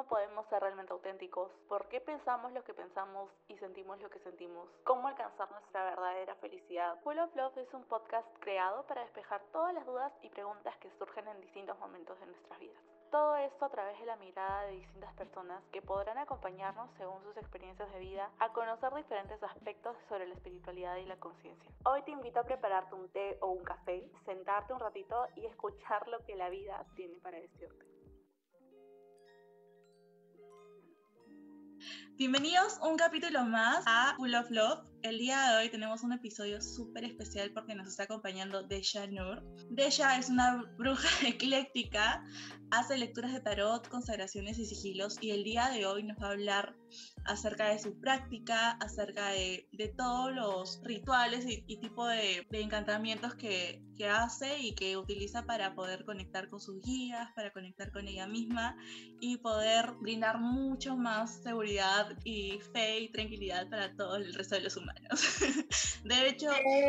¿Cómo podemos ser realmente auténticos? ¿Por qué pensamos lo que pensamos y sentimos lo que sentimos? ¿Cómo alcanzar nuestra verdadera felicidad? Full of Love es un podcast creado para despejar todas las dudas y preguntas que surgen en distintos momentos de nuestras vidas. Todo esto a través de la mirada de distintas personas que podrán acompañarnos según sus experiencias de vida a conocer diferentes aspectos sobre la espiritualidad y la conciencia. Hoy te invito a prepararte un té o un café, sentarte un ratito y escuchar lo que la vida tiene para decirte. Bienvenidos un capítulo más a Full of Love. El día de hoy tenemos un episodio súper especial porque nos está acompañando Deja Nur. Deja es una bruja ecléctica, hace lecturas de tarot, consagraciones y sigilos, y el día de hoy nos va a hablar acerca de su práctica, acerca de todos los rituales y tipo de encantamientos que hace y que utiliza para poder conectar con sus guías, para conectar con ella misma y poder brindar mucho más seguridad y fe y tranquilidad para todo el resto de los humanos. De hecho,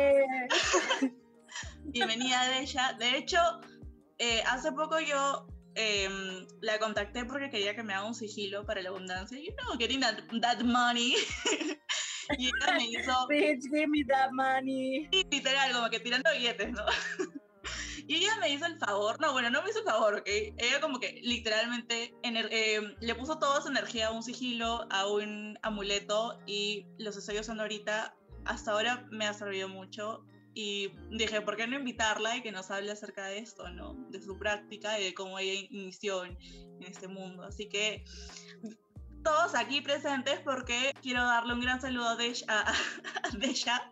bienvenida de ella. De hecho, hace poco yo la contacté porque quería que me haga un sigilo para la abundancia. You know, getting that money. Y ella me hizo... Bitch, give me that money. Literal, como que tirando billetes, ¿no? Y ella me hizo el favor, no me hizo el favor, ¿ok? Ella como que literalmente le puso toda su energía a un sigilo, a un amuleto, y los estoy usando ahorita. Hasta ahora me ha servido mucho y dije, ¿por qué no invitarla y que nos hable acerca de esto, ¿no? De su práctica y de cómo ella inició en este mundo. Así que todos aquí presentes porque quiero darle un gran saludo a Deja.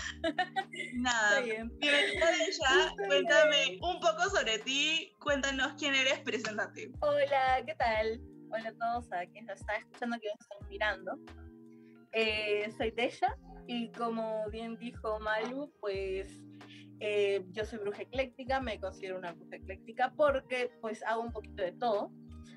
Nada, bienvenida Deja, cuéntame un poco sobre ti, cuéntanos quién eres, preséntate. Hola, ¿qué tal? Hola a todos a quienes nos están escuchando, que nos están mirando. Soy Deja y como bien dijo Malu, pues yo soy bruja ecléctica, me considero una bruja ecléctica porque pues hago un poquito de todo,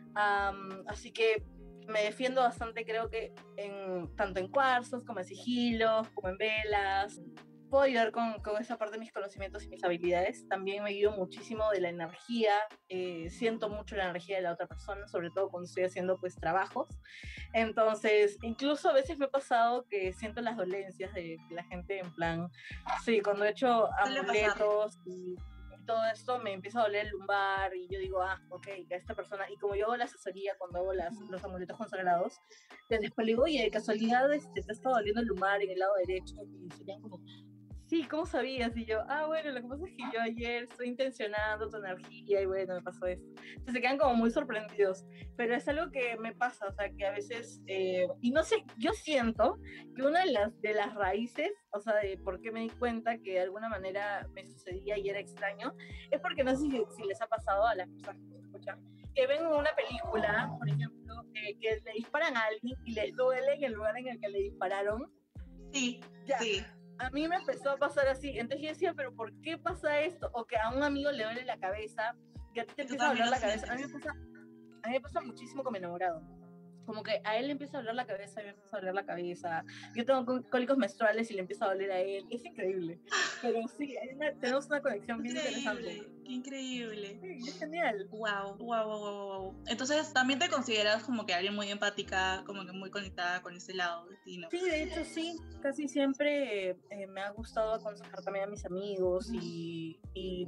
así que me defiendo bastante, creo que tanto en cuarzos como en sigilos, como en velas. Puedo ayudar con esa parte de mis conocimientos y mis habilidades. También me guío muchísimo de la energía, siento mucho la energía de la otra persona, sobre todo cuando estoy haciendo pues trabajos. Entonces, incluso a veces me ha pasado que siento las dolencias de la gente, en plan, sí, cuando he hecho amuletos y todo esto me empieza a doler el lumbar y yo digo, ok, a esta persona, y como yo hago la asesoría cuando hago los amuletos consagrados, después le digo, oye, de casualidad te está doliendo el lumbar en el lado derecho, y serían como, sí, ¿cómo sabías? Y yo, bueno, lo que pasa es que yo ayer estoy intencionando tu energía y bueno, me pasó esto. Entonces se quedan como muy sorprendidos, pero es algo que me pasa, o sea, que a veces, y no sé, yo siento que una de las raíces, o sea, de por qué me di cuenta que de alguna manera me sucedía y era extraño, es porque no sé si les ha pasado a las personas que me escuchan, que ven una película, por ejemplo, que le disparan a alguien y le duele en el lugar en el que le dispararon. Sí, ya. Sí. A mí me empezó a pasar así, entonces yo decía, pero ¿por qué pasa esto? O que a un amigo le duele la cabeza, que a ti te empieza a doler la cabeza. A mí me pasa muchísimo con mi enamorado. Como que a él le empieza a doler la cabeza, a mí me empieza a doler la cabeza. Yo tengo cólicos menstruales y le empieza a doler a él. Es increíble. Pero sí, tenemos una conexión bien interesante. Qué increíble. Sí, es genial. Wow. Entonces, ¿también te consideras como que alguien muy empática, como que muy conectada con ese lado de ti, no? Sí, de hecho sí, casi siempre me ha gustado aconsejar también a mis amigos y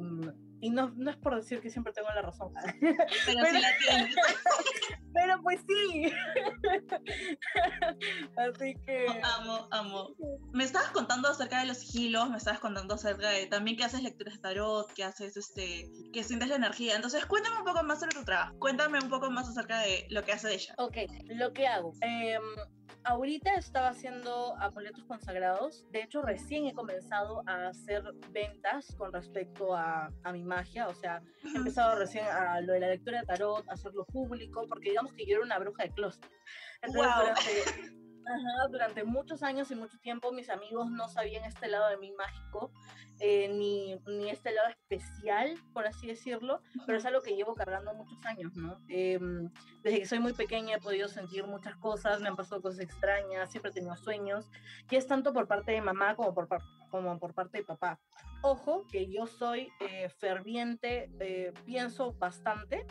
no es por decir que siempre tengo la razón. Pero sí la tienes. Pero pues sí. Así que... Amo. Me estabas contando acerca de los sigilos, me estabas contando acerca de también que haces lecturas de tarot, que haces que sientes la energía. Entonces, cuéntame un poco más sobre tu trabajo. Cuéntame un poco más acerca de lo que hace ella. Ok, lo que hago. Ahorita estaba haciendo amuletos consagrados. De hecho, recién he comenzado a hacer ventas con respecto a mi magia. O sea, he empezado recién a lo de la lectura de tarot, a hacerlo público, porque digamos que yo era una bruja de closet. Entonces, durante muchos años y mucho tiempo mis amigos no sabían este lado de mí mágico, ni este lado especial, por así decirlo, pero es algo que llevo cargando muchos años, ¿no? Desde que soy muy pequeña he podido sentir muchas cosas, me han pasado cosas extrañas, siempre he tenido sueños, y es tanto por parte de mamá como por parte de papá. Ojo, que yo soy ferviente, pienso bastante,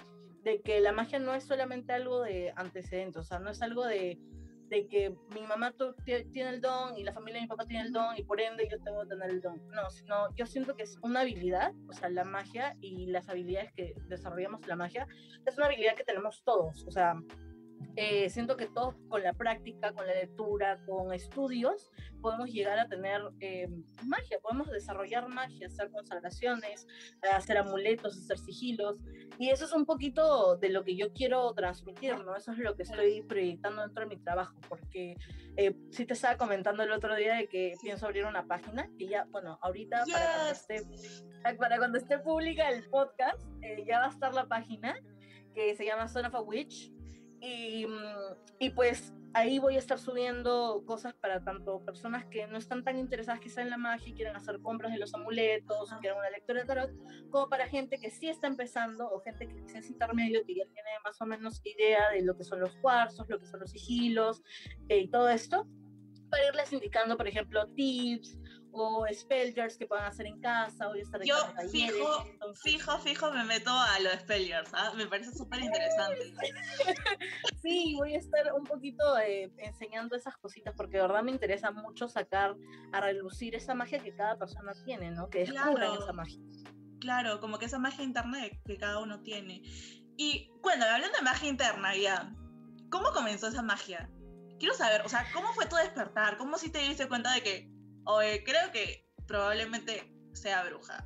de que la magia no es solamente algo de antecedentes, o sea, no es algo de que mi mamá tiene el don y la familia de mi papá tiene el don y por ende yo tengo que tener el don. No, sino yo siento que es una habilidad, o sea, la magia y las habilidades que desarrollamos en la magia es una habilidad que tenemos todos, o sea, siento que todos con la práctica, con la lectura, con estudios, podemos llegar a tener magia, podemos desarrollar magia, hacer consagraciones, hacer amuletos, hacer sigilos, y eso es un poquito de lo que yo quiero transmitir, ¿no? Eso es lo que estoy proyectando dentro de mi trabajo, porque sí te estaba comentando el otro día de que pienso abrir una página, que ya, bueno, ahorita para cuando esté pública el podcast, ya va a estar la página, que se llama Son of a Witch, y pues ahí voy a estar subiendo cosas para tanto personas que no están tan interesadas quizá en la magia y quieren hacer compras de los amuletos o quieren una lectura de tarot, como para gente que sí está empezando o gente que quizá es intermedio, que ya tiene más o menos idea de lo que son los cuarzos, lo que son los sigilos y todo esto, para irles indicando, por ejemplo, tips o spell jars que puedan hacer en casa o estar Yo en talleres. fijo me meto a los spell jars, ¿ah? Me parece súper interesante. Sí, voy a estar un poquito enseñando esas cositas porque de verdad me interesa mucho sacar a relucir esa magia que cada persona tiene, ¿no? Que descubran esa magia. Claro, como que esa magia interna que cada uno tiene. Y bueno, hablando de magia interna ya, ¿cómo comenzó esa magia? Quiero saber, o sea, ¿cómo fue tu despertar? ¿Cómo sí te diste cuenta de que, oye, creo que probablemente sea bruja?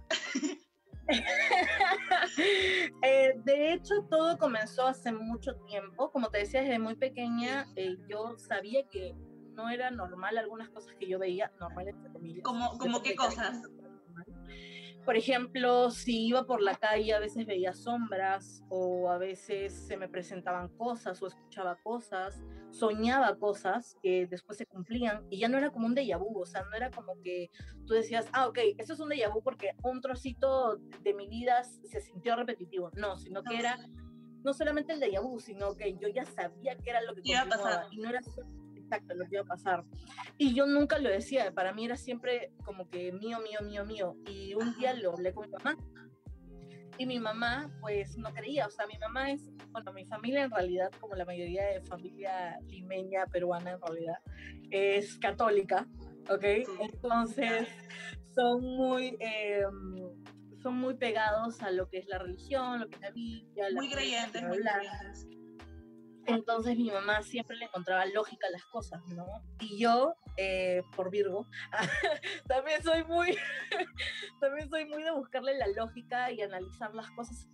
De hecho, todo comenzó hace mucho tiempo. Como te decía, desde muy pequeña yo sabía que no era normal algunas cosas que yo veía, normal entre comillas. ¿Cómo qué cosas? Por ejemplo, si iba por la calle, a veces veía sombras o a veces se me presentaban cosas o escuchaba cosas, soñaba cosas que después se cumplían y ya no era como un déjà vu, o sea, no era como que tú decías, ok, eso es un déjà vu porque un trocito de mi vida se sintió repetitivo. No, sino que era no solamente el déjà vu, sino que yo ya sabía que era lo que iba a pasar y no era exacto lo que iba a pasar. Y yo nunca lo decía, para mí era siempre como que mío. Y un día lo hablé con mi mamá. Y mi mamá, pues, no creía. O sea, mi mamá es, bueno, mi familia en realidad, como la mayoría de familia limeña, peruana en realidad, es católica, ¿ok? Entonces, son muy pegados a lo que es la religión, lo que es la Biblia, muy creyentes. Entonces mi mamá siempre le encontraba lógica a las cosas, ¿no? Y yo, por Virgo, también soy muy de buscarle la lógica y analizar las cosas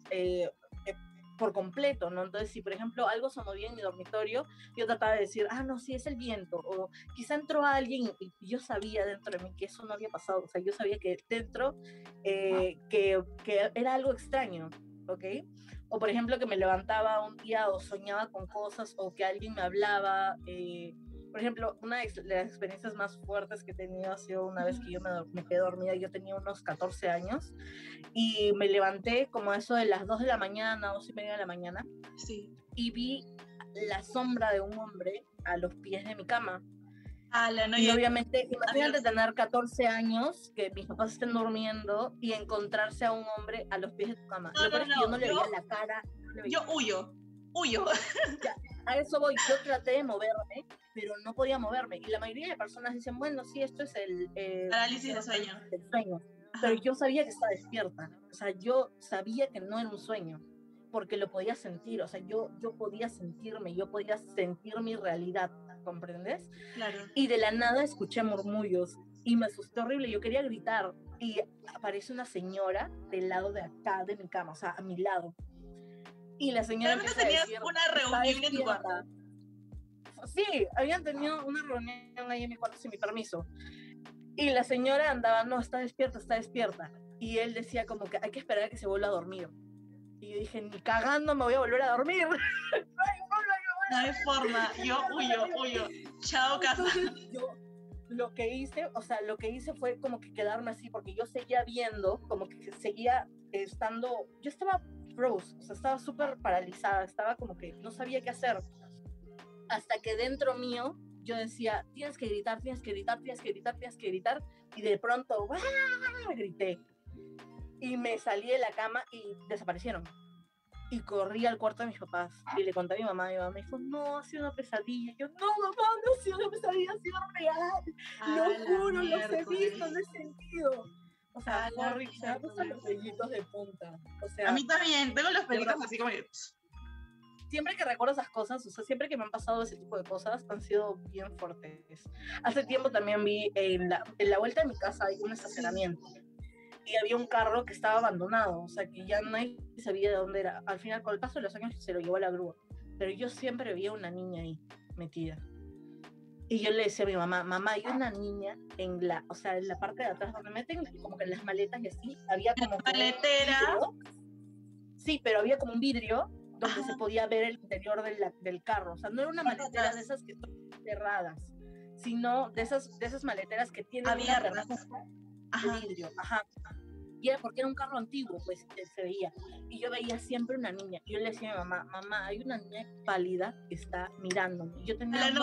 por completo, ¿no? Entonces, si por ejemplo algo se movía en mi dormitorio, yo trataba de decir, no, sí, es el viento, o quizá entró alguien y yo sabía dentro de mí que eso no había pasado, o sea, yo sabía que dentro, que era algo extraño, ¿ok? O por ejemplo que me levantaba un día o soñaba con cosas o que alguien me hablaba. Por ejemplo, una de las experiencias más fuertes que he tenido ha sido una vez que yo me quedé dormida, yo tenía unos 14 años y me levanté como a eso de las 2 de la mañana, 2:30 de la mañana, y vi la sombra de un hombre a los pies de mi cama. Y obviamente, imagínate tener 14 años, que mis papás estén durmiendo y encontrarse a un hombre a los pies de tu cama. Lo peor es que yo no le veía la cara. Yo huyo. Ya, a eso voy. Yo traté de moverme, pero no podía moverme. Y la mayoría de personas dicen, bueno, sí, esto es el parálisis de sueño. Pero yo sabía que estaba despierta. O sea, yo sabía que no era un sueño, porque lo podía sentir. O sea, yo podía sentirme, yo podía sentir mi realidad. ¿Comprendes? Claro. Y de la nada escuché murmullos y me asusté horrible, yo quería gritar y aparece una señora del lado de acá de mi cama, o sea, a mi lado. Y la señora empieza a decir, una reunión en tu cuarto. Sí, habían tenido una reunión ahí en mi cuarto sin mi permiso. Y la señora andaba, no, está despierta. Y él decía como que hay que esperar a que se vuelva a dormir. Y yo dije, ni cagando me voy a volver a dormir. No hay forma, yo huyo. Chao, casa. Yo lo que hice fue como que quedarme así, porque yo seguía viendo, como que seguía estando, yo estaba froze, o sea, estaba súper paralizada, estaba como que no sabía qué hacer. Hasta que dentro mío yo decía, tienes que gritar, y de pronto, grité. Y me salí de la cama y desaparecieron. y corrí al cuarto de mis papás y le conté a mi mamá me dijo, no, ha sido una pesadilla. Y yo, no, mamá, no ha sido una pesadilla, ha sido real. Lo juro, los he visto, lo he sentido. O sea, fue horrible, se me puso los pellitos de punta. O sea, a mí también, tengo los pelitos así como que... Siempre que recuerdo esas cosas, o sea, siempre que me han pasado ese tipo de cosas, han sido bien fuertes. Hace tiempo también vi en la vuelta de mi casa hay un estacionamiento. Y había un carro que estaba abandonado, o sea, que ya nadie sabía de dónde era. Al final, con el paso de los años, se lo llevó a la grúa. Pero yo siempre veía una niña ahí, metida. Y yo le decía a mi mamá, hay una niña en la parte de atrás donde meten como que las maletas y así, había como maletera. Sí, pero había como un vidrio donde se podía ver el interior del carro. O sea, no era una maletera de esas que son cerradas, sino de esas maleteras que tienen abiertas de vidrio. Ajá. Y era porque era un carro antiguo, pues se veía. Y yo veía siempre una niña. Y yo le decía a mi mamá, hay una niña pálida que está mirándome. Y yo tenía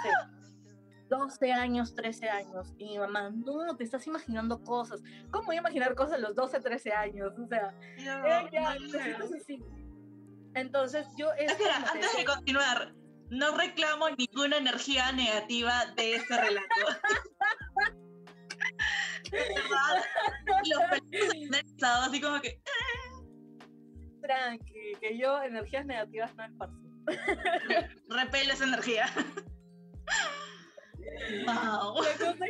12 años, 13 años. Y mi mamá, no, te estás imaginando cosas. ¿Cómo voy a imaginar cosas a los 12, 13 años? O sea, sí. Entonces yo... Espera, antes de continuar, no reclamo ninguna energía negativa de este relato. De verdad, los pelos han estado así como que... Tranqui, que yo energías negativas no esparzo. Repelo esa energía. Wow.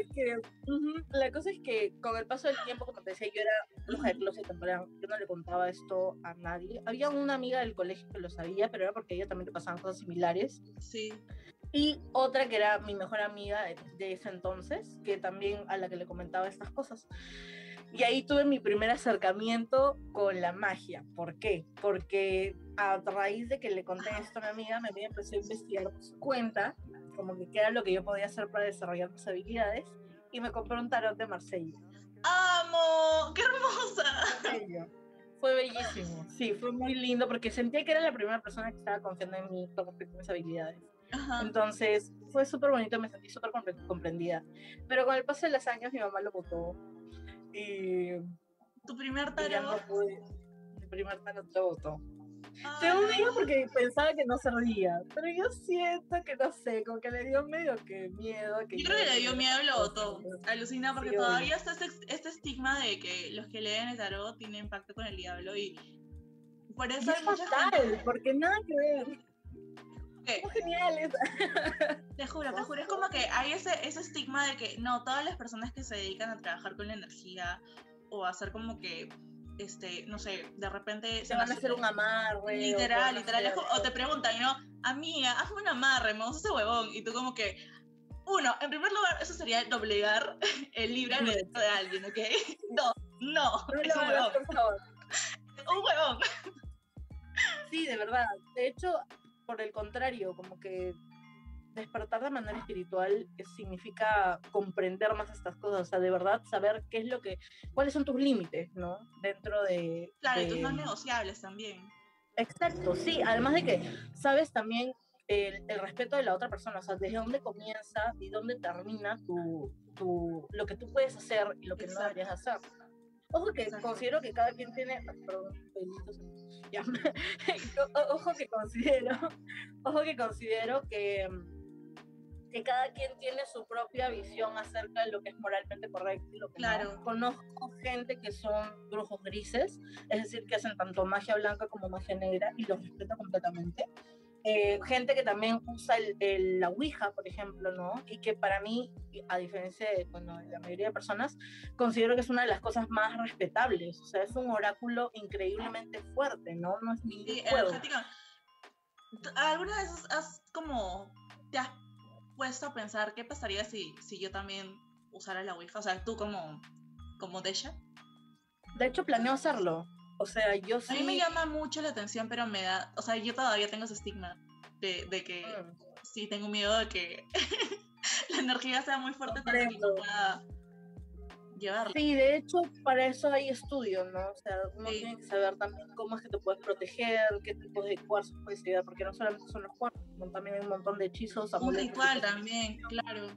La cosa es que con el paso del tiempo, como te decía, yo era bruja de closet temprano, yo no le contaba esto a nadie. Había una amiga del colegio que lo sabía, pero era porque a ella también le pasaban cosas similares. Sí. Y otra que era mi mejor amiga de ese entonces, que también a la que le comentaba estas cosas. Y ahí tuve mi primer acercamiento con la magia. ¿Por qué? Porque a raíz de que le conté esto a mi amiga, mi amiga empezó a investigar por su cuenta, como que qué era lo que yo podía hacer para desarrollar mis habilidades, y me compré un tarot de Marsella. ¡Amo! ¡Qué hermosa! Fue bellísimo. Sí, fue muy lindo porque sentía que era la primera persona que estaba confiando en mí con respecto a mis habilidades. Ajá. Entonces fue súper bonito, me sentí súper comprendida. Pero con el paso de los años mi mamá lo votó. Y ¿Tu primer tarot? Ya no pude. Mi primer tarot lo votó. Te odio porque pensaba que no servía, pero yo siento que no sé, como que le dio medio que miedo. Yo creo que le dio miedo y lo votó. Alucina porque sí, todavía está este estigma de que los que leen el tarot tienen pacto con el diablo y por eso hay mucha gente... porque nada que ver. ¿Qué? Geniales. Te juro, es como que hay ese estigma de que no, todas las personas que se dedican a trabajar con la energía o a hacer como que no sé, de repente se van a hacer un amarre. Literal, o te preguntan, ¿no? Amiga, hazme un amarre, me gusta ese huevón. Y tú como que, uno, en primer lugar, eso sería doblegar el libre albedrío de alguien, ¿ok? Dos, no, es un huevón. Un huevón. Sí, de verdad. De hecho, por el contrario, como que despertar de manera espiritual significa comprender más estas cosas, o sea, de verdad saber cuáles son tus límites, ¿no? Dentro de... Claro, y tus no negociables también. Exacto, sí, además de que sabes también el respeto de la otra persona, o sea, desde dónde comienza y dónde termina lo que tú puedes hacer y lo que no deberías hacer. Ojo que considero que cada quien tiene... Perdón, ya. Ojo que considero que cada quien tiene su propia visión acerca de lo que es moralmente correcto y lo que no. Conozco gente que son brujos grises, es decir, que hacen tanto magia blanca como magia negra y los respeto completamente. Gente que también usa la Ouija, por ejemplo, ¿no? Y que para mí, a diferencia de la mayoría de personas, considero que es una de las cosas más respetables. O sea, es un oráculo increíblemente fuerte, ¿no? No es ningún juego. ¿Alguna vez te has puesto a pensar qué pasaría si yo también usara la Ouija? O sea, tú como Desha. De hecho, planeo hacerlo. O sea, yo sí... A mí me llama mucho la atención, pero me da... O sea, yo todavía tengo ese estigma de que sí tengo miedo de que la energía sea muy fuerte para que no pueda llevarla. Sí, de hecho, para eso hay estudios, ¿no? O sea, uno tiene que saber también cómo es que te puedes proteger, qué tipo de cuarzos puedes llevar, porque no solamente son los cuarzos, sino también hay un montón de hechizos, un ritual también, claro.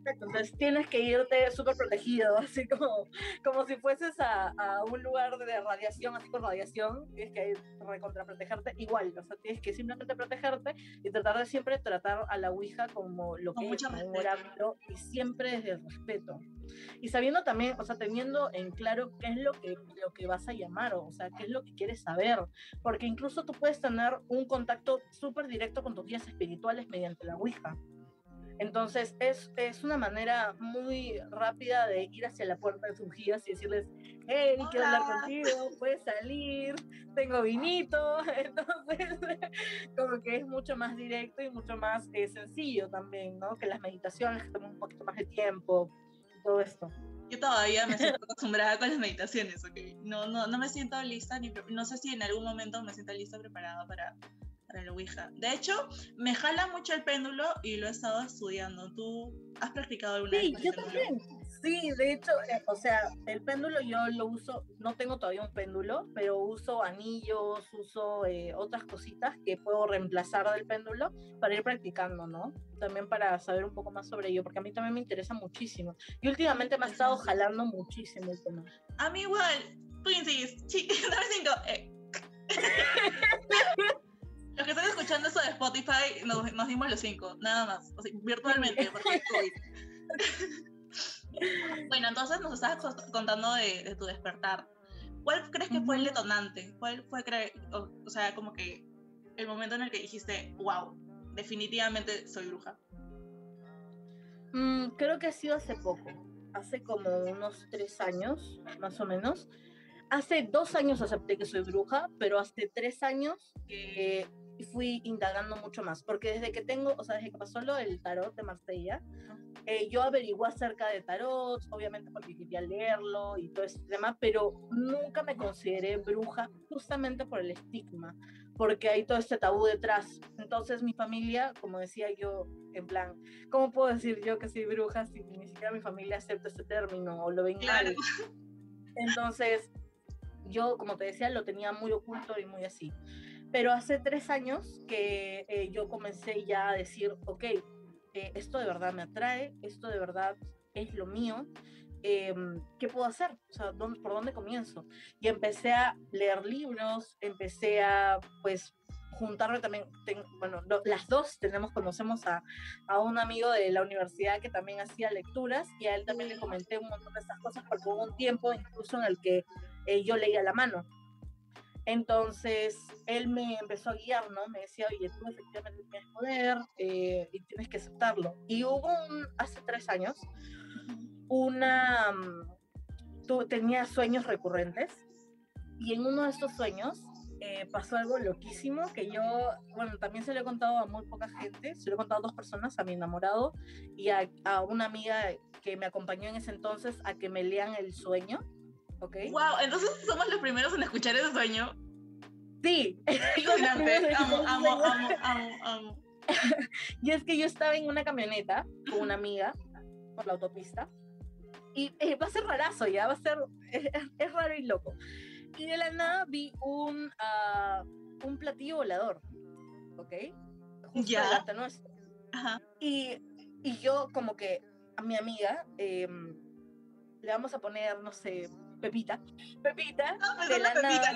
Entonces tienes que irte súper protegido, así como si fueses a un lugar de radiación, así con radiación, tienes que ir recontraprotegerte igual, o sea, tienes que simplemente protegerte y tratar de siempre tratar a la Ouija como lo Con que es, mucho como un respeto. oráculo, y siempre desde el respeto. Y sabiendo también, o sea, teniendo en claro qué es lo que vas a llamar, o sea, qué es lo que quieres saber, porque incluso tú puedes tener un contacto súper directo con tus guías espirituales mediante la Ouija. Entonces es una manera muy rápida de ir hacia la puerta de sus guías y decirles, hey, quiero hablar Hola. contigo, puedes salir, tengo vinito. Entonces como que es mucho más directo y mucho más sencillo también, ¿no? Que las meditaciones que toman un poquito más de tiempo y todo esto. Yo todavía me siento acostumbrada con las meditaciones, ¿ok? No me siento lista, no sé si en algún momento me siento lista, preparada para la Ouija. De hecho, me jala mucho el péndulo y lo he estado estudiando. ¿Tú has practicado alguna vez Sí, con el yo péndulo? también. Sí, de hecho, o sea, el péndulo yo lo uso, no tengo todavía un péndulo, pero uso anillos, uso otras cositas que puedo reemplazar del péndulo para ir practicando, ¿no? También para saber un poco más sobre ello, porque a mí también me interesa muchísimo. Y últimamente me ha estado Interesante. jalando muchísimo el tema. A mí igual. Twinsies. Dame 5. Los que están escuchando eso de Spotify, nos dimos los 5, nada más. O sea, virtualmente, porque COVID. Bueno, entonces nos estabas contando de tu despertar. ¿Cuál crees que fue el detonante? ¿Cuál fue, o sea, como que el momento en el que dijiste, wow, definitivamente soy bruja? Creo que ha sido hace poco, hace como unos 3 años, más o menos. Hace 2 años acepté que soy bruja, pero hace 3 años fui indagando mucho más, porque desde que tengo, o sea, desde que pasó lo del tarot de Marsella, yo averigué acerca de tarot, obviamente porque quería leerlo y todo ese tema, pero nunca me consideré bruja justamente por el estigma, porque hay todo este tabú detrás. Entonces mi familia, como decía yo, en plan, ¿cómo puedo decir yo que soy bruja si ni siquiera mi familia acepta este término o lo ven Claro. mal? Entonces yo, como te decía, lo tenía muy oculto y muy así. Pero hace 3 años que yo comencé ya a decir, ok, esto de verdad me atrae, esto de verdad es lo mío, ¿qué puedo hacer? O sea, ¿por dónde comienzo? Y empecé a leer libros, empecé a, pues, juntarme también, bueno, las dos conocemos a un amigo de la universidad que también hacía lecturas y a él también le comenté un montón de estas cosas porque hubo un tiempo incluso en el que yo leía la mano. Entonces él me empezó a guiar, ¿no? Me decía, oye, tú efectivamente tienes poder y tienes que aceptarlo. Y hubo hace 3 años, tenía sueños recurrentes y en uno de estos sueños pasó algo loquísimo que yo, bueno, también se lo he contado a muy poca gente, se lo he contado a 2 personas, a mi enamorado y a una amiga que me acompañó en ese entonces a que me lean el sueño. ¿Okay? Wow, entonces somos los primeros en escuchar ese sueño. Sí. Alucinante, amo. Y es que yo estaba en una camioneta con una amiga por la autopista y va a ser rarazo, ya va a ser, es raro y loco. Y de la nada vi un platillo volador, ¿ok? Justo ¿Ya? delante nuestro. Ajá. Y yo como que a mi amiga le vamos a poner, no sé, Pepita, de la nada,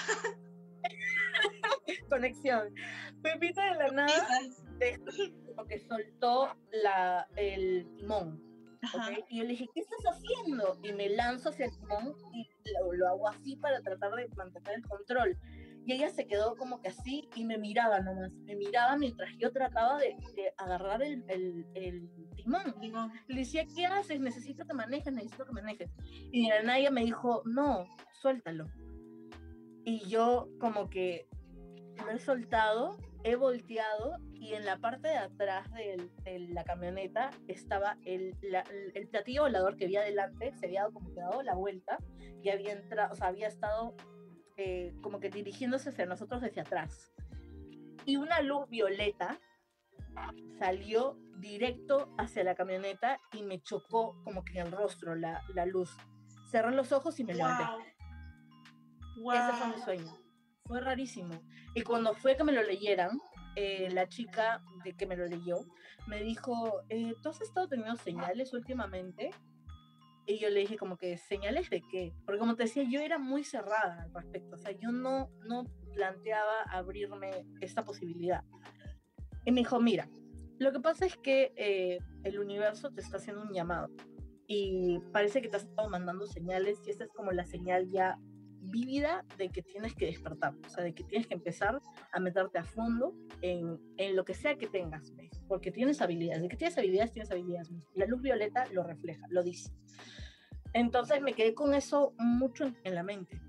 conexión, Pepita de la nada, como que soltó el timón, ¿okay? Y yo le dije, ¿qué estás haciendo? Y me lanzo hacia el timón y lo hago así para tratar de mantener el control. Y ella se quedó como que así y me miraba nomás, me miraba mientras yo trataba de agarrar el timón. Le decía, ¿qué haces? Necesito que manejes. Y de la nada ella me dijo, no, suéltalo. Y yo como que lo he soltado, he volteado y en la parte de atrás de la camioneta estaba el platillo volador que había adelante, se había como que dado la vuelta y había entrado, o sea, había estado como que dirigiéndose hacia nosotros desde atrás. Y una luz violeta salió directo hacia la camioneta y me chocó como que en el rostro la luz. Cerré los ojos y me levanté. Ese fue mi sueño. Fue rarísimo. Y cuando fue que me lo leyeran, la chica de que me lo leyó me dijo, ¿tú has estado teniendo señales últimamente? Y yo le dije como que, ¿señales de qué? Porque como te decía, yo era muy cerrada al respecto, o sea, yo no planteaba abrirme esta posibilidad. Y me dijo, mira, lo que pasa es que el universo te está haciendo un llamado y parece que te has estado mandando señales y esta es como la señal ya vívida de que tienes que despertar, o sea, de que tienes que empezar a meterte a fondo en lo que sea que tengas, ¿ves? Porque tienes habilidades, de que tienes habilidades, tienes habilidades. La luz violeta lo refleja, lo dice. Entonces me quedé con eso mucho en la mente.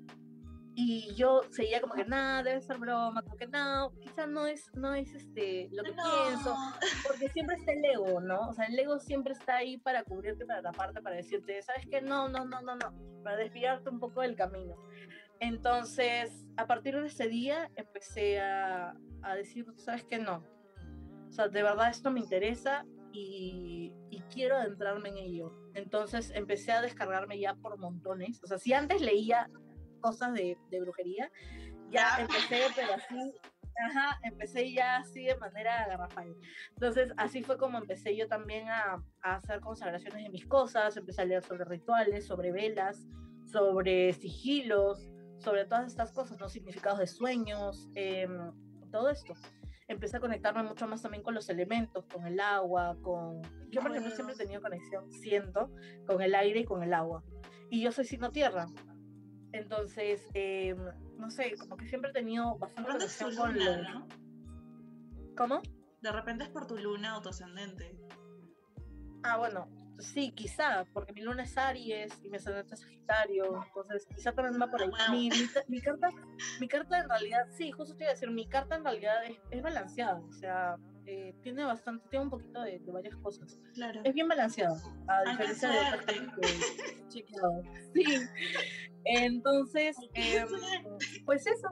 Y yo seguía como que nada, debe ser broma, como que no, quizá no es lo que pienso, porque siempre está el ego, ¿no? O sea, el ego siempre está ahí para cubrirte, para taparte, para decirte, ¿sabes qué? No, para desviarte un poco del camino. Entonces, a partir de ese día empecé a decir, ¿sabes qué? No. O sea, de verdad esto me interesa y quiero adentrarme en ello. Entonces empecé a descargarme ya por montones. O sea, si antes leía cosas de brujería, ya empecé, pero así, empecé ya así de manera garrafal. Entonces, así fue como empecé yo también a hacer consagraciones de mis cosas, empecé a leer sobre rituales, sobre velas, sobre sigilos, sobre todas estas cosas, ¿no? Significados de sueños, todo esto. Empecé a conectarme mucho más también con los elementos, con el agua, con... Yo, por ejemplo, siempre he tenido conexión, siento, con el aire y con el agua. Y yo soy signo tierra. Entonces, no sé, como que siempre he tenido bastante conexión con los... ¿no? ¿Cómo? De repente es por tu luna o tu ascendente. Ah, bueno, sí, quizá, porque mi luna es Aries y mi ascendente es Sagitario, entonces quizá también va por ahí. Wow. Mi carta en realidad, sí, justo te iba a decir, mi carta en realidad es balanceada, o sea, tiene un poquito de varias cosas. Claro. Es bien balanceada, a diferencia de otras cartas que he chequeado. Sí, entonces, pues eso.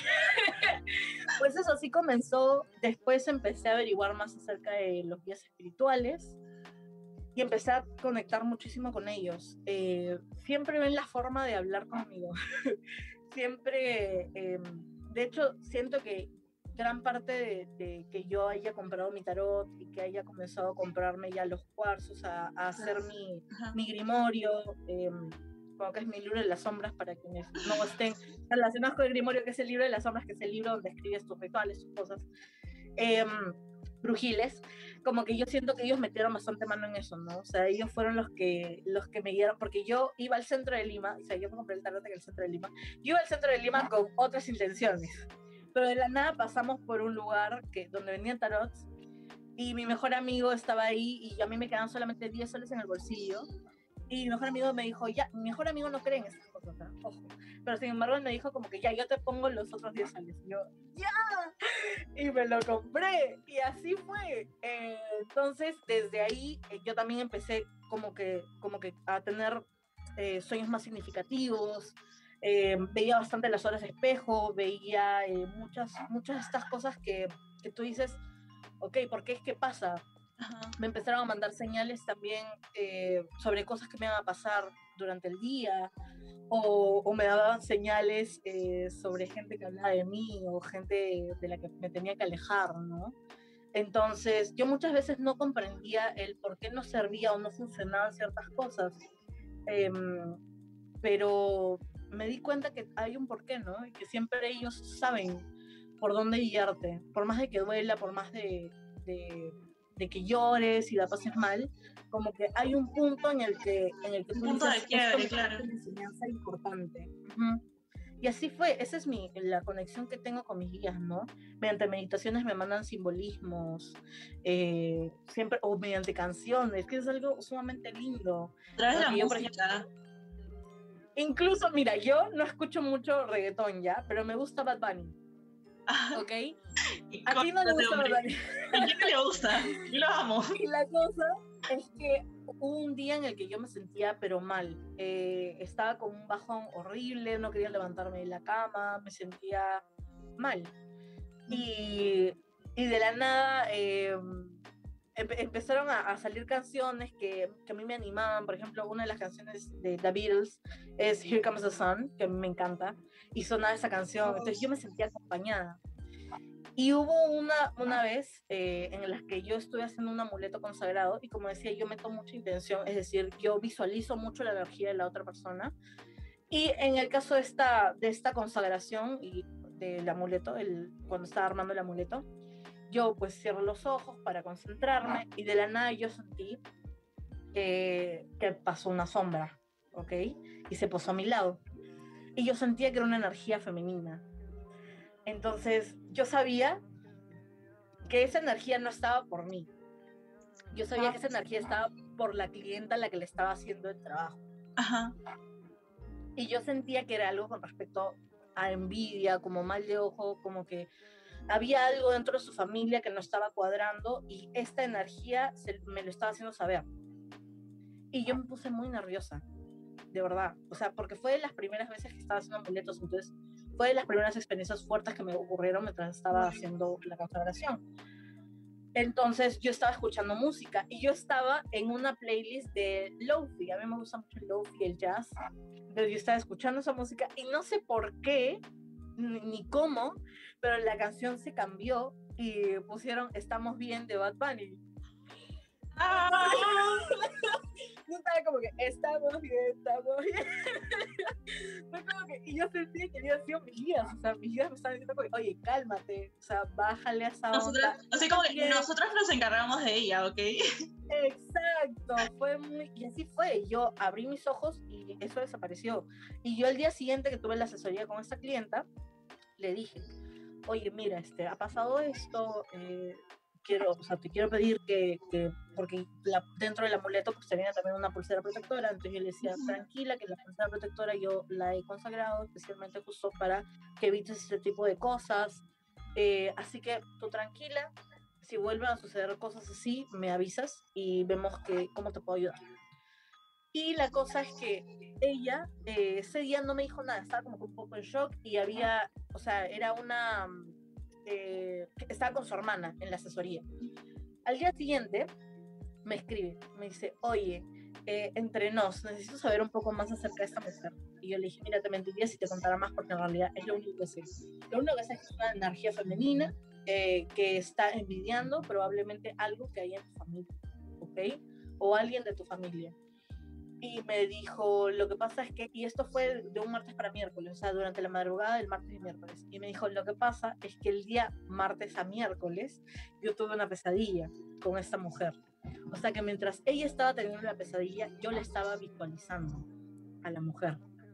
Pues eso, así comenzó. Después empecé a averiguar más acerca de los guías espirituales y empecé a conectar muchísimo con ellos. Siempre ven la forma de hablar conmigo. Siempre, de hecho, siento que gran parte de que yo haya comprado mi tarot y que haya comenzado a comprarme ya los cuarzos, a hacer mi grimorio, como que es mi libro de las sombras, para quienes no estén relacionados con el grimorio, que es el libro de las sombras, que es el libro donde escribes tus rituales, tus cosas. Brujiles, como que yo siento que ellos metieron bastante mano en eso, ¿no? O sea, ellos fueron los que me guiaron, porque yo iba al centro de Lima, o sea, yo me compré el tarot en el centro de Lima, yo iba al centro de Lima con otras intenciones, pero de la nada pasamos por un lugar donde vendían tarots, y mi mejor amigo estaba ahí, y a mí me quedaban solamente 10 soles en el bolsillo, y mi mejor amigo me dijo, ya, mi mejor amigo no cree en esas cosas, ¿no? Ojo, pero sin embargo él me dijo como que ya, yo te pongo los otros 10 soles, y yo, ya, y me lo compré, y así fue. Entonces, desde ahí, yo también empecé como que a tener sueños más significativos, veía bastante las horas de espejo, veía muchas de estas cosas que tú dices, ok, ¿por qué es que pasa? Me empezaron a mandar señales también sobre cosas que me iban a pasar durante el día, o me daban señales sobre gente que hablaba de mí o gente de la que me tenía que alejar, ¿no? Entonces, yo muchas veces no comprendía el por qué no servía o no funcionaban ciertas cosas, pero me di cuenta que hay un porqué, ¿no? Y que siempre ellos saben por dónde guiarte, por más de que duela, por más de que llores y la pases mal, como que hay un punto en el que un tú punto dices, de quiebre, esto claro. es una enseñanza importante. Y así fue, esa es la conexión que tengo con mis guías, ¿no? Mediante meditaciones me mandan simbolismos, siempre, o mediante canciones, que es algo sumamente lindo. Traes la Yo, música. por ejemplo, incluso, mira, yo no escucho mucho reggaetón ya, pero me gusta Bad Bunny, ¿ok? ¿A ti no le gusta Bad Bunny? ¿A quién no le gusta? Yo lo amo. Y la cosa es que hubo un día en el que yo me sentía pero mal, estaba con un bajón horrible, no quería levantarme de la cama, me sentía mal, y de la nada empezaron a salir canciones que a mí me animaban. Por ejemplo, una de las canciones de The Beatles es Here Comes the Sun, que a mí me encanta, y sonaba esa canción, entonces yo me sentía acompañada. Y hubo una vez en la que yo estuve haciendo un amuleto consagrado y como decía, yo meto mucha intención, es decir, yo visualizo mucho la energía de la otra persona. Y en el caso de esta consagración y del amuleto, cuando estaba armando el amuleto, yo pues cierro los ojos para concentrarme y de la nada yo sentí que pasó una sombra, ¿ok? Y se posó a mi lado. Y yo sentía que era una energía femenina. Entonces yo sabía que esa energía no estaba por mí. Yo sabía que esa energía estaba por la clienta a la que le estaba haciendo el trabajo. Ajá. Y yo sentía que era algo con respecto a envidia, como mal de ojo, como que había algo dentro de su familia que no estaba cuadrando y esta energía me lo estaba haciendo saber. Y yo me puse muy nerviosa, de verdad. O sea, porque fue de las primeras veces que estaba haciendo amuletos, entonces fue de las primeras experiencias fuertes que me ocurrieron mientras estaba haciendo la consagración. Entonces yo estaba escuchando música y yo estaba en una playlist de Lo-Fi. A mí me gusta mucho el Lo-Fi, el jazz. Entonces yo estaba escuchando esa música y no sé por qué, ni cómo, pero la canción se cambió y pusieron Estamos Bien de Bad Bunny. ¡Ah! Yo estaba como que estamos bien. Fue como que, y yo sentía que habían sido mis guías, o sea, mis guías me estaban diciendo como, oye, cálmate, o sea, bájale a esa onda. Así como que nosotros nos encargamos de ella, ¿ok? Exacto, y así fue, yo abrí mis ojos y eso desapareció. Y yo el día siguiente que tuve la asesoría con esta clienta, le dije, oye, mira, ha pasado esto, te quiero pedir porque dentro del amuleto pues tenía también una pulsera protectora, entonces yo le decía, tranquila, que la pulsera protectora yo la he consagrado especialmente justo para que evites este tipo de cosas, así que tú tranquila, si vuelven a suceder cosas así, me avisas y vemos cómo te puedo ayudar. Y la cosa es que ella ese día no me dijo nada, estaba como un poco en shock y era estaba con su hermana en la asesoría. Al día siguiente me escribe, me dice, oye, entre nos, necesito saber un poco más acerca de esta mujer. Y yo le dije, mira, te mentiría si te contara más porque en realidad es lo único que sé. Lo único que sé es que es una energía femenina que está envidiando probablemente algo que hay en tu familia, ¿ok? O alguien de tu familia. Y me dijo, lo que pasa es que, y esto fue de un martes para miércoles, o sea, durante la madrugada del martes y miércoles, y me dijo, lo que pasa es que el día martes a miércoles yo tuve una pesadilla con esta mujer. O sea que mientras ella estaba teniendo la pesadilla, yo le estaba visualizando a la mujer.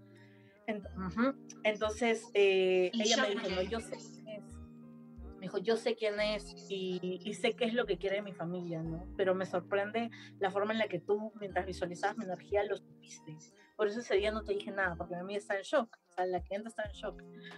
Entonces, ella me dijo, no, yo sé quién es. Me dijo, yo sé quién es y sé qué es lo que quiere mi familia, ¿no? Pero me sorprende la forma en la que tú, mientras visualizabas mi energía, lo supiste. Por eso ese día no te dije nada, porque a mí está en shock. O sea, la cliente está en shock.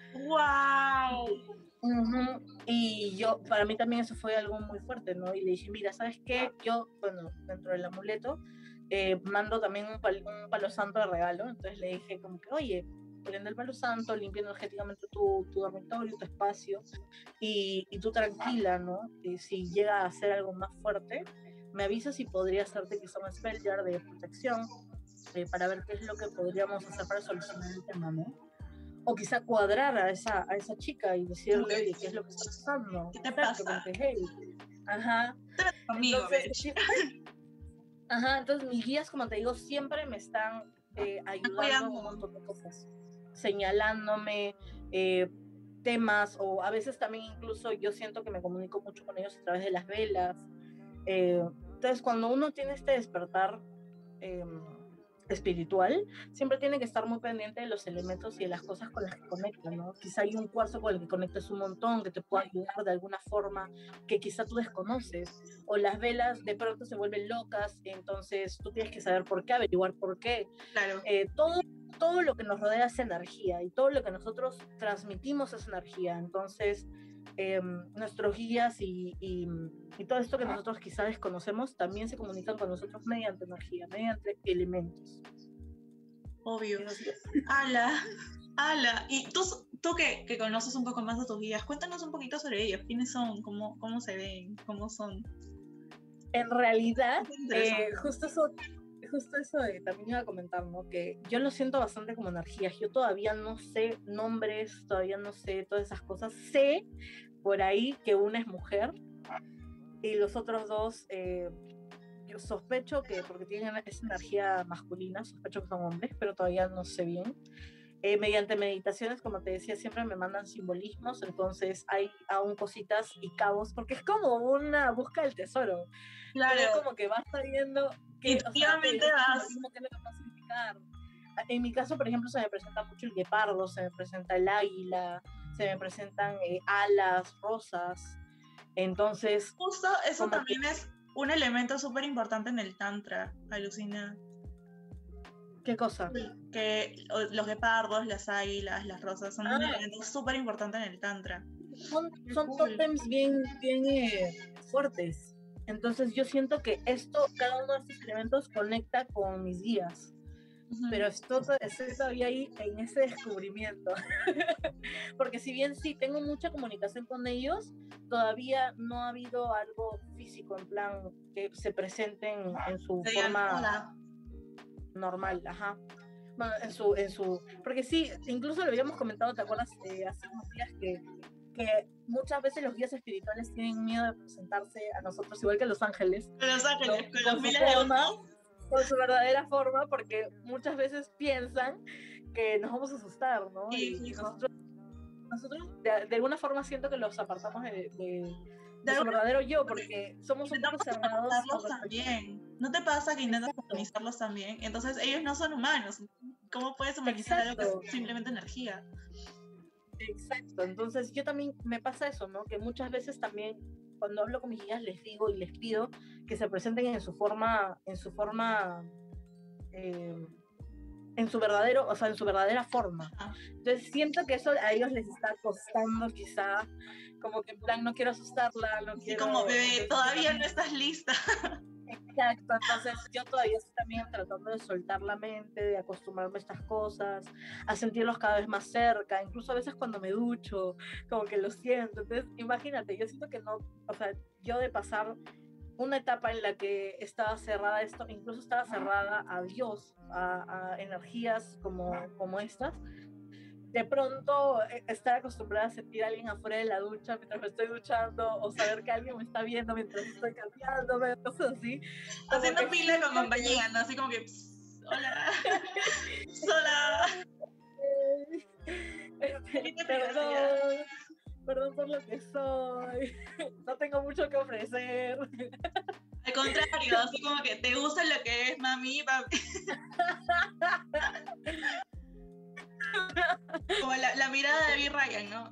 ¡Wow! Y para mí también eso fue algo muy fuerte, ¿no? Y le dije, mira, ¿sabes qué? Yo, bueno, dentro del amuleto, mando también un palo santo de regalo. Entonces le dije como que, oye, prende el palo santo, limpia energéticamente tu dormitorio, tu espacio, y tú tranquila, ¿no? Si llega a hacer algo más fuerte, me avisas y podría hacerte quizá un spell jar de protección para ver qué es lo que podríamos hacer para solucionar el tema, ¿no? O quizá cuadrar a esa chica y decirle, oye, ¿qué es lo que está pasando? ¿Qué te pasa? Hey. Ajá. Entonces, entonces mis guías, como te digo, siempre me están ayudando en un montón de cosas, señalándome temas, o a veces también incluso yo siento que me comunico mucho con ellos a través de las velas. Entonces cuando uno tiene este despertar espiritual, siempre tiene que estar muy pendiente de los elementos y de las cosas con las que conecta, ¿no? Quizá hay un cuarzo con el que conectas un montón, que te pueda ayudar de alguna forma, que quizá tú desconoces, o las velas de pronto se vuelven locas, entonces tú tienes que saber por qué, averiguar por qué. Claro. Todo lo que nos rodea es energía, y todo lo que nosotros transmitimos es energía, entonces nuestros guías y todo esto que nosotros quizá desconocemos también se comunican con nosotros mediante energía, mediante elementos. Obvio. ¡Hala! Y tú que conoces un poco más de tus guías, cuéntanos un poquito sobre ellos. ¿Quiénes son? ¿Cómo se ven? ¿Cómo son? En realidad, justo eso también iba a comentar, ¿no? Que yo lo siento bastante como energías. Yo todavía no sé nombres, todavía no sé todas esas cosas. Sé por ahí que una es mujer y los otros dos, yo sospecho que, porque tienen esa energía masculina, sospecho que son hombres, pero todavía no sé bien. Mediante meditaciones, como te decía, siempre me mandan simbolismos, entonces hay aún cositas y cabos, porque es como una busca del tesoro. Claro, Tú como que vas sabiendo qué, o sea, qué intuitivamente es vas. simbolismo, qué es lo que va a significar. En mi caso, por ejemplo, se me presenta mucho el guepardo, se me presenta el águila, se me presentan alas, rosas. Entonces, Justo eso como que, también es un elemento súper importante en el tantra, alucina. ¿qué cosa? Que los guepardos, las águilas, las rosas son un Ah, elemento súper importante en el tantra. Qué son cool. tótems bien, bien fuertes. Entonces yo siento que cada uno de estos elementos conecta con mis guías. Ujú. Pero estoy todavía ahí en ese descubrimiento. Porque si bien sí tengo mucha comunicación con ellos, todavía no ha habido algo físico, en plan, que se presenten en su Te digan, forma hola. normal, ajá. Bueno, porque sí, incluso lo habíamos comentado, ¿te acuerdas? Hace unos días que muchas veces los guías espirituales tienen miedo de presentarse a nosotros, igual que los ángeles, Con los ángeles, ¿no? con Con los su miles de forma, ojos. con su verdadera forma, porque muchas veces piensan que nos vamos a asustar, ¿no? Sí, Y hijo. nosotros de alguna forma siento que los apartamos de su alguna- verdadero yo, porque somos un poco Intentamos cerrados humanizarlos con respecto. también. ¿No te pasa que intentas Exacto. humanizarlos también? Entonces ellos no son humanos. ¿Cómo puedes humanizar algo que Exacto. es simplemente energía? Exacto, entonces yo también me pasa eso, ¿no? Que muchas veces también cuando hablo con mis guías les digo y les pido que se presenten en su forma, en su verdadero, o sea, en su verdadera forma. Ah. Entonces siento que eso a ellos les está costando quizá, como que en plan no quiero asustarla, no Así quiero... como, bebé, entonces, todavía no estás lista. exacto, entonces yo todavía estoy también tratando de soltar la mente, de acostumbrarme a estas cosas, a sentirlos cada vez más cerca, incluso a veces cuando me ducho, como que lo siento. Entonces, imagínate, yo siento que no, o sea, yo de pasar una etapa en la que estaba cerrada esto, incluso estaba cerrada a Dios, a energías como estas. De pronto estar acostumbrada a sentir a alguien afuera de la ducha mientras me estoy duchando o saber que alguien me está viendo mientras estoy cambiándome, cosas así. Como Haciendo que pila con siento compañía, ¿no? Así como que, "Psst, hola, hola, ahorita te digo, ya". Perdón por lo que soy, no tengo mucho que ofrecer. Al contrario, así como que te gusta lo que es, mami, papi. Como la mirada de B. Ryan, ¿no?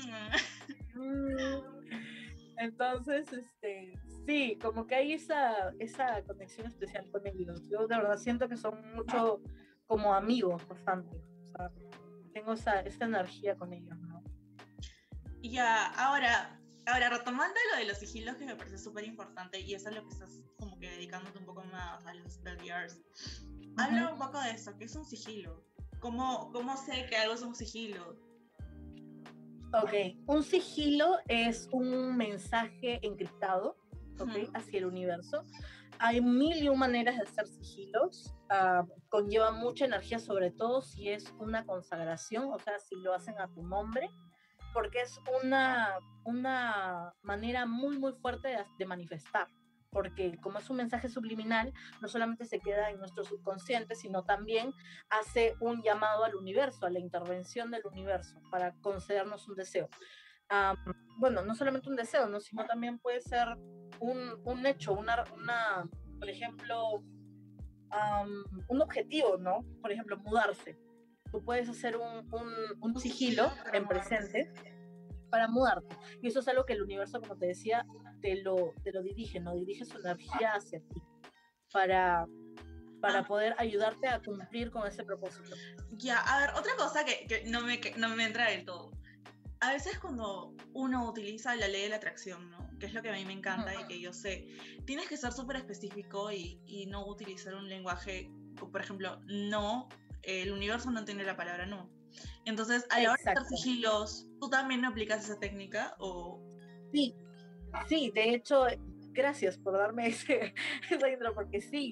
Entonces, sí, como que hay esa conexión especial con ellos. Yo de verdad siento que son mucho como amigos, bastante. O sea, tengo esa energía con ellos, ¿no? Ya, ahora retomando lo de los sigilos, que me parece súper importante, y eso es lo que estás como que dedicándote un poco más a los spell yards. Habla un poco de eso, ¿qué es un sigilo? ¿Cómo sé que algo es un sigilo? Ok, un sigilo es un mensaje encriptado, ¿ok? Hacia el universo. Hay mil y un maneras de hacer sigilos, conlleva mucha energía, sobre todo si es una consagración, o sea, si lo hacen a tu nombre, porque es una manera muy, muy fuerte de manifestar, porque como es un mensaje subliminal, no solamente se queda en nuestro subconsciente, sino también hace un llamado al universo, a la intervención del universo para concedernos un deseo. Bueno, no solamente un deseo, ¿no? Sino también puede ser un hecho, por ejemplo, un objetivo, ¿no? Por ejemplo, mudarse. Tú puedes hacer un sigilo en presente para mudarte. Y eso es algo que el universo, como te decía, te lo dirige, ¿no? Dirige su energía hacia ti para poder ayudarte a cumplir con ese propósito. Ya, a ver, otra cosa que no me entra del todo. A veces cuando uno utiliza la ley de la atracción, ¿no? Que es lo que a mí me encanta y que yo sé, tienes que ser súper específico y no utilizar un lenguaje, por ejemplo, no, el universo no tiene la palabra no. Entonces, a la hora de hacer sigilos, ¿tú también no aplicas esa técnica o...? Sí, de hecho, gracias por darme esa intro, porque sí,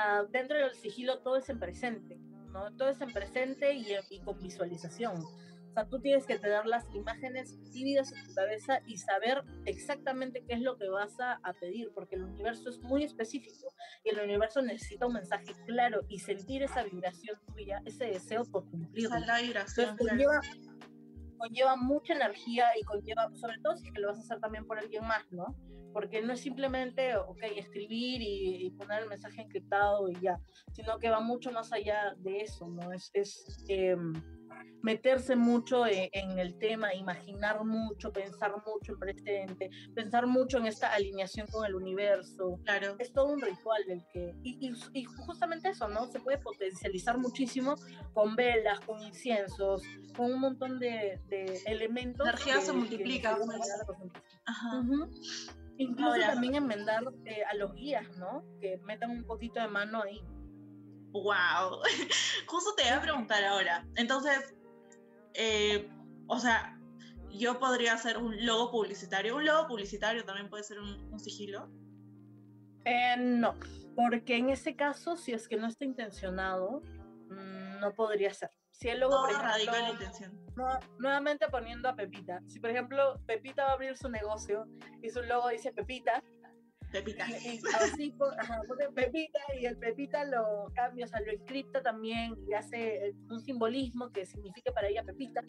dentro del sigilo todo es en presente, ¿no? Todo es en presente y con visualización. O sea, tú tienes que tener las imágenes vívidas en tu cabeza y saber exactamente qué es lo que vas a pedir, porque el universo es muy específico y el universo necesita un mensaje claro y sentir esa vibración tuya, ese deseo por cumplirlo. Esa es la vibración, Entonces conlleva mucha energía y conlleva, sobre todo si es que lo vas a hacer también por alguien más, ¿no? Porque no es simplemente, escribir y poner el mensaje encriptado y ya, sino que va mucho más allá de eso, ¿no? Es meterse mucho en el tema, imaginar mucho, pensar mucho en presente, pensar mucho en esta alineación con el universo. Claro. Es todo un ritual del que... Y justamente eso, ¿no? Se puede potencializar muchísimo con velas, con inciensos, con un montón de elementos. La energía se multiplica. Ajá. Incluso también enmendar a los guías, ¿no? Que metan un poquito de mano ahí. Wow. Justo te iba a preguntar ahora. Entonces, o sea, yo podría hacer un logo publicitario. ¿Un logo publicitario también puede ser un sigilo? No, porque en ese caso, si es que no está intencionado, no podría ser. Si el logo, por ejemplo, radica en la intención. Nuevamente poniendo a Pepita. Si, por ejemplo, Pepita va a abrir su negocio y su logo dice Pepita, y así pone Pepita y el Pepita lo cambia, o sea, lo encripta también y hace un simbolismo que signifique para ella Pepita,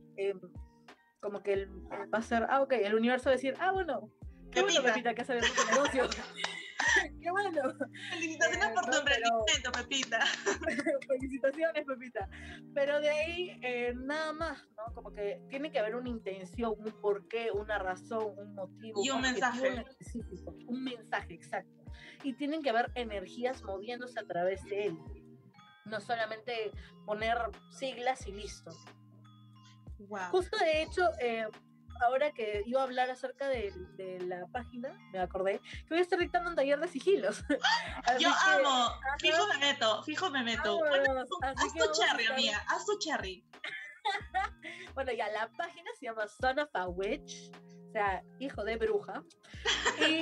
como que va a ser, el universo va a decir, bueno, qué bueno Pepita que has abierto tu negocio. ¡Qué bueno! Felicitaciones por tu emprendimiento, Pepita. Felicitaciones, Pepita. Pero de ahí, nada más, ¿no? Como que tiene que haber una intención, un porqué, una razón, un motivo. Y un mensaje. Específico, un mensaje, exacto. Y tienen que haber energías moviéndose a través de él. No solamente poner siglas y listo. Wow. Justo de hecho, ahora que iba a hablar acerca de la página, me acordé que voy a estar dictando un taller de sigilos. Yo amo, fijo me meto. Bueno, haz tu cherry, amiga, haz tu cherry. Bueno, ya, la página se llama Son of a Witch, o sea, hijo de bruja. Y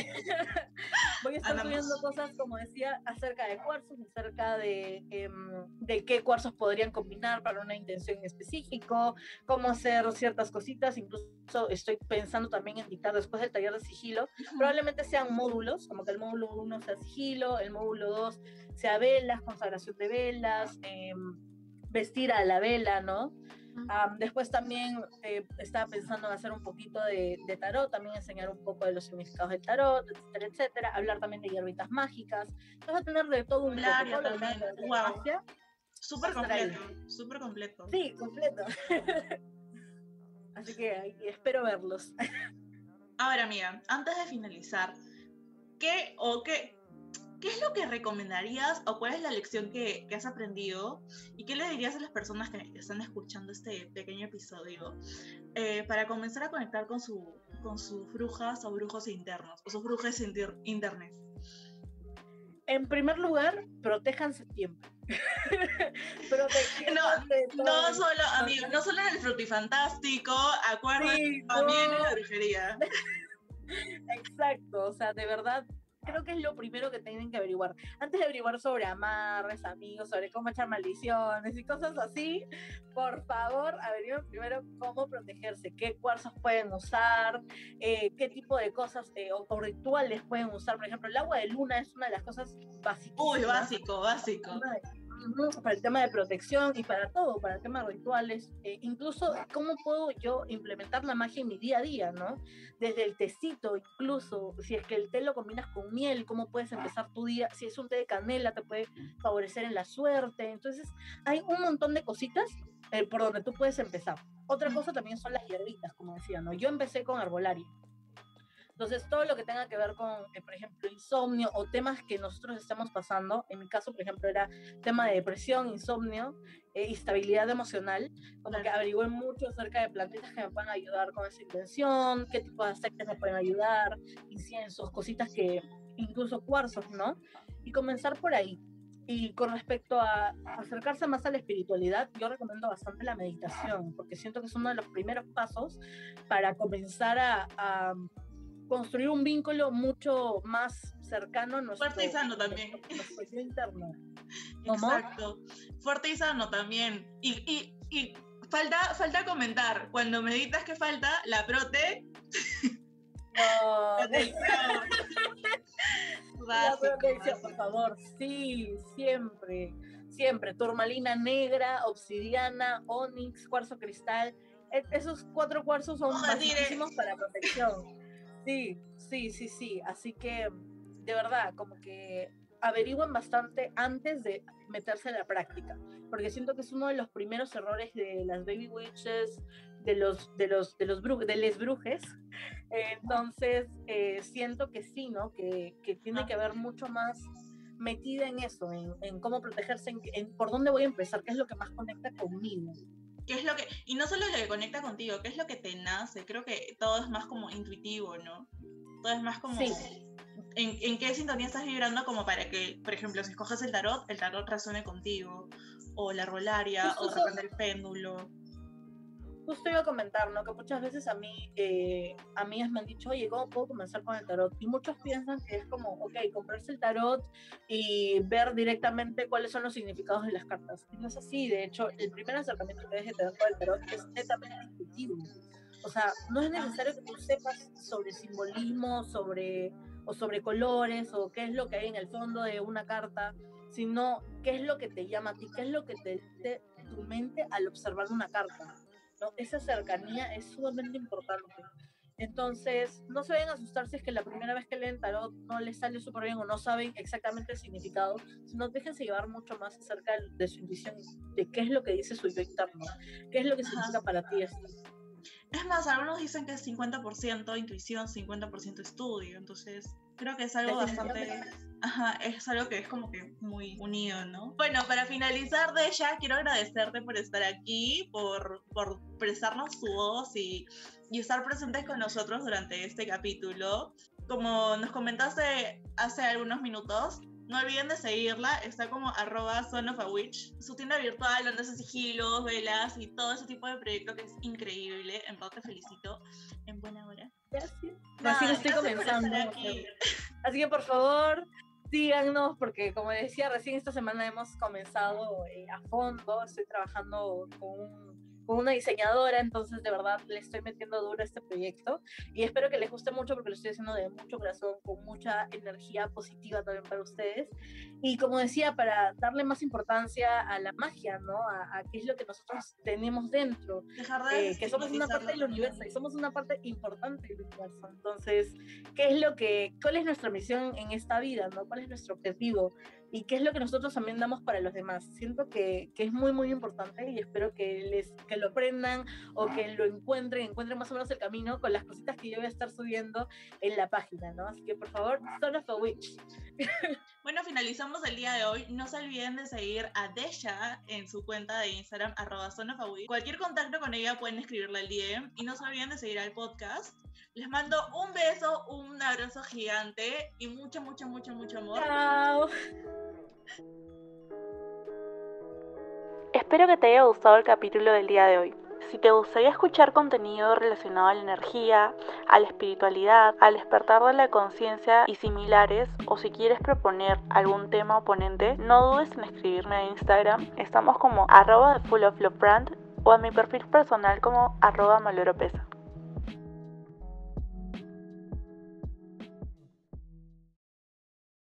voy a estar subiendo cosas, como decía, acerca de cuarzos, acerca de qué cuarzos podrían combinar para una intención específica, cómo hacer ciertas cositas. Incluso estoy pensando también en dictar después del taller de sigilo. Probablemente sean módulos, como que el módulo 1 sea sigilo, el módulo 2 sea velas, consagración de velas, vestir a la vela, ¿no? Después también estaba pensando en hacer un poquito de tarot, también enseñar un poco de los significados del tarot, etcétera, etcétera. Hablar también de hierbitas mágicas. Vas a tener de todo un poco. También. Wow. Súper completo, súper completo. Sí, completo. Así que espero verlos. Ahora, amiga, antes de finalizar, ¿qué es lo que recomendarías o cuál es la lección que has aprendido y qué le dirías a las personas que están escuchando este pequeño episodio para comenzar a conectar con sus brujas o brujos internos o sus brujas internas? En primer lugar, protéjanse siempre. No solo, amigos, no solo en el frutifantástico, acuérdense también en la brujería. Exacto, o sea, de verdad, creo que es lo primero que tienen que averiguar. Antes de averiguar sobre amarres, amigos, sobre cómo echar maldiciones y cosas así, por favor, averigüen primero cómo protegerse, qué cuarzos pueden usar, qué tipo de cosas o rituales pueden usar. Por ejemplo, el agua de luna es una de las cosas básicas. Uy, básico. Para el tema de protección y para todo, para el tema de rituales, incluso cómo puedo yo implementar la magia en mi día a día, ¿no? Desde el tecito, incluso, si es que el té lo combinas con miel, cómo puedes empezar tu día, si es un té de canela te puede favorecer en la suerte. Entonces hay un montón de cositas por donde tú puedes empezar. Otra cosa también son las hierbitas, como decía, ¿no? Yo empecé con herbolaria. Entonces, todo lo que tenga que ver con, por ejemplo, insomnio o temas que nosotros estamos pasando, en mi caso, por ejemplo, era tema de depresión, insomnio, estabilidad emocional, como que averigüé mucho acerca de plantitas que me pueden ayudar con esa intención, qué tipo de aceites me pueden ayudar, inciensos, cositas que, incluso cuarzos, ¿no? Y comenzar por ahí. Y con respecto a acercarse más a la espiritualidad, yo recomiendo bastante la meditación, porque siento que es uno de los primeros pasos para comenzar a construir un vínculo mucho más cercano a nuestro... Fuerte y sano también. Nuestro yo interno. ¿Cómo? Exacto. Fuerte y sano también. Y Falta comentar. Cuando meditas, ¿qué falta? La prote. No, la Básico. protección, por favor, sí, siempre. Turmalina negra, obsidiana, onix, cuarzo cristal. Esos 4 cuarzos son basiquísimos para protección. Sí. Así que, de verdad, como que averigüen bastante antes de meterse en la práctica, porque siento que es uno de los primeros errores de las baby witches, de les brujes. Entonces, siento que sí, ¿no? Que tiene que haber mucho más metida en eso, en cómo protegerse, en por dónde voy a empezar, qué es lo que más conecta conmigo. ¿Qué es lo que, y no solo lo que conecta contigo, qué es lo que te nace? Creo que todo es más como intuitivo, ¿no? Todo es más como... Sí. ¿En qué sintonía estás vibrando como para que, por ejemplo, si escoges el tarot resuene contigo? O la herbolaria, o de repente el péndulo. Justo iba a comentar, ¿no? Que muchas veces a mí, amigas me han dicho, oye, ¿cómo puedo comenzar con el tarot? Y muchos piensan que es como, ok, comprarse el tarot y ver directamente cuáles son los significados de las cartas. Y no es así, de hecho, el primer acercamiento que debes de tener con el tarot es netamente intuitivo. O sea, no es necesario que tú sepas sobre simbolismo, sobre colores, o qué es lo que hay en el fondo de una carta, sino qué es lo que te llama a ti, qué es lo que te dice tu mente al observar una carta, ¿no? Esa cercanía es sumamente importante. Entonces, no se vayan a asustar si es que la primera vez que leen tarot no les sale súper bien o no saben exactamente el significado, sino déjense llevar mucho más acerca de su intuición, de qué es lo que dice su yo interno, qué es lo que significa para ti esto. Es más, algunos dicen que es 50% intuición, 50% estudio, entonces creo que es algo bastante... es algo que es como que muy unido, ¿no? Bueno, para finalizar, Deya, quiero agradecerte por estar aquí, por prestarnos tu voz y estar presentes con nosotros durante este capítulo. Como nos comentaste hace algunos minutos, no olviden de seguirla, está como @sonofawitch. Su tienda virtual donde hace sigilos, velas y todo ese tipo de proyecto que es increíble. En verdad te felicito. En buena hora. Gracias. Recién estoy comenzando. Así que por favor, síganos, porque como decía, recién esta semana hemos comenzado a fondo. Estoy trabajando con una diseñadora, entonces de verdad le estoy metiendo duro a este proyecto y espero que les guste mucho porque lo estoy haciendo de mucho corazón, con mucha energía positiva también para ustedes. Y como decía, para darle más importancia a la magia, ¿no? A qué es lo que nosotros tenemos dentro, que somos una parte del universo y somos una parte importante del universo. Entonces, ¿cuál es nuestra misión en esta vida, ¿no? ¿Cuál es nuestro objetivo? Y qué es lo que nosotros también damos para los demás. Siento que es muy, muy importante y espero que lo aprendan o que lo encuentren más o menos el camino con las cositas que yo voy a estar subiendo en la página, ¿no? Así que, por favor, Son of a Witch. Bueno, finalizamos el día de hoy. No se olviden de seguir a Deya en su cuenta de Instagram, @sonofawitch. Cualquier contacto con ella pueden escribirle al DM y no se olviden de seguir al podcast. Les mando un beso, un abrazo gigante y mucho, mucho, mucho, mucho amor. Chao. Espero que te haya gustado el capítulo del día de hoy. Si te gustaría escuchar contenido relacionado a la energía, a la espiritualidad, al despertar de la conciencia y similares, o si quieres proponer algún tema oponente, no dudes en escribirme a Instagram. Estamos como @thefulloflovebrand o a mi perfil personal como @maloropesa.